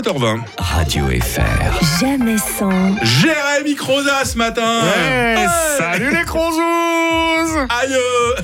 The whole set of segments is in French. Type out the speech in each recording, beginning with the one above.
7h20. Radio FR. Jamais sans. Jérémy Croza ce matin. Ouais, salut les Crozous. Aïe.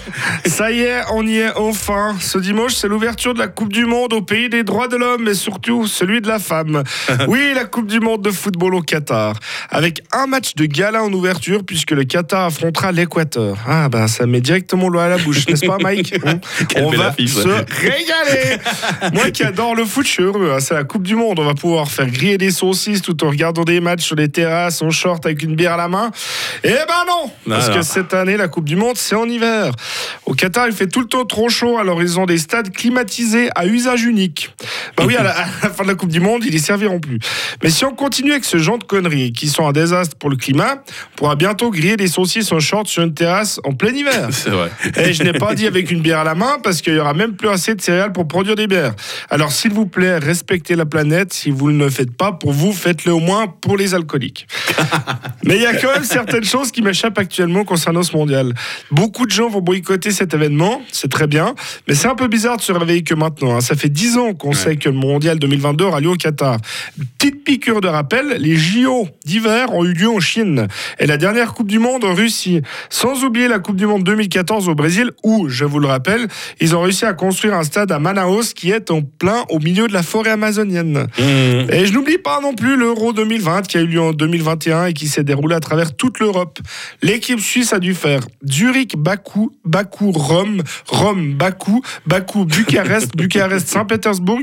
Ça y est, on y est enfin. Ce dimanche, c'est l'ouverture de la Coupe du Monde au pays des droits de l'homme et surtout celui de la femme. Oui, la Coupe du Monde de football au Qatar. Avec un match de gala en ouverture puisque le Qatar affrontera l'Équateur. Ah ben, ça met directement l'eau à la bouche, n'est-ce pas Mike? On va se régaler. Moi qui adore le foot, je suis heureux. C'est la Coupe du Monde. On va pouvoir faire griller des saucisses tout en regardant des matchs sur les terrasses en short avec une bière à la main. Eh ben non, parce que cette année, la Coupe du Monde, c'est en hiver. Au Qatar, il fait tout le temps trop chaud, alors ils ont des stades climatisés à usage unique. Bah oui, à la fin de la Coupe du Monde, ils y serviront plus. Mais si on continue avec ce genre de conneries qui sont un désastre pour le climat, on pourra bientôt griller des saucisses en short sur une terrasse en plein hiver. C'est vrai. Et je n'ai pas dit avec une bière à la main parce qu'il y aura même plus assez de céréales pour produire des bières. Alors s'il vous plaît, respectez la planète. Si vous ne le faites pas pour vous, faites-le au moins pour les alcooliques. Mais il y a quand même certaines choses qui m'échappent actuellement concernant ce mondial. Beaucoup de gens vont boycotter cet événement, c'est très bien, mais c'est un peu bizarre de se réveiller que maintenant. Ça fait 10 ans qu'on sait que le mondial 2022 aura lieu au Qatar. Petite piqûre de rappel, les JO d'hiver ont eu lieu en Chine et la dernière Coupe du Monde en Russie. Sans oublier la Coupe du Monde 2014 au Brésil où, je vous le rappelle, ils ont réussi à construire un stade à Manaus qui est en plein au milieu de la forêt amazonienne. Et je n'oublie pas non plus l'Euro 2020 qui a eu lieu en 2021 et qui s'est déroulé à travers toute l'Europe. L'équipe suisse a dû faire Zurich, Bakou, Rome, Bakou, Bucarest, Saint-Pétersbourg,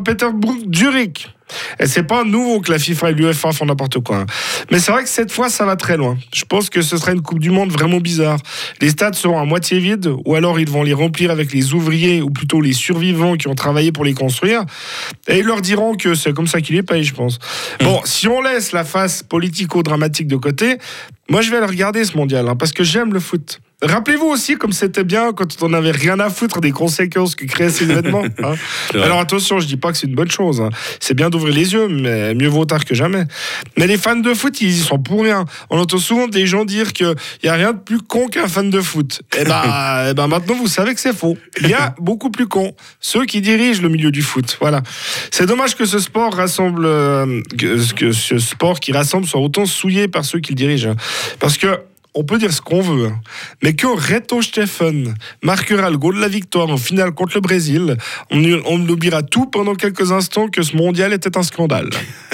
Zurich. Et c'est pas nouveau que la FIFA et l'UEFA font n'importe quoi. Mais c'est vrai que cette fois, ça va très loin. Je pense que ce sera une Coupe du Monde vraiment bizarre. Les stades seront à moitié vides, ou alors ils vont les remplir avec les ouvriers, ou plutôt les survivants qui ont travaillé pour les construire. Et ils leur diront que c'est comme ça qu'ils les payent, je pense. Bon, si on laisse la face politico-dramatique de côté, moi je vais aller regarder ce mondial, parce que j'aime le foot. Rappelez-vous aussi comme c'était bien quand on n'avait rien à foutre des conséquences que créaient ces événements. Alors attention, je dis pas que c'est une bonne chose. C'est bien d'ouvrir les yeux, mais mieux vaut tard que jamais. Mais les fans de foot, ils y sont pour rien. On entend souvent des gens dire qu'il n'y a rien de plus con qu'un fan de foot. Et ben maintenant, vous savez que c'est faux. Il y a beaucoup plus cons. Ceux qui dirigent le milieu du foot. Voilà. C'est dommage que ce sport rassemble, que ce sport qui rassemble soit autant souillé par ceux qui le dirigent. Parce que on peut dire ce qu'on veut, mais quand Reto Steffen marquera le goal de la victoire en finale contre le Brésil, on oubliera tout pendant quelques instants que ce mondial était un scandale.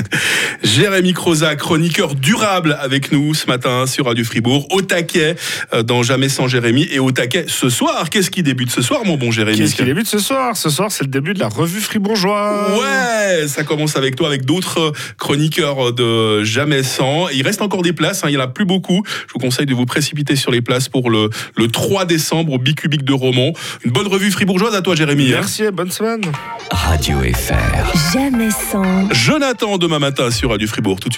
Jérémy Croza, chroniqueur durable avec nous ce matin sur Radio Fribourg, au taquet dans Jamais sans Jérémy et au taquet ce soir. Qu'est-ce qui débute ce soir, mon bon Jérémy? Qu'est-ce qui débute ce soir? Ce soir, c'est le début de la revue fribourgeoise. Ouais, ça commence avec toi, avec d'autres chroniqueurs de Jamais sans. Il reste encore des places, il n'y en a plus beaucoup. Je vous conseille de vous précipiter sur les places pour le 3 décembre au Bicubique de Romont. Une bonne revue fribourgeoise à toi, Jérémy. Merci, bonne semaine. Radio FR. Jamais sans. Jonathan, demain matin sur Radio Fribourg. Tout de suite.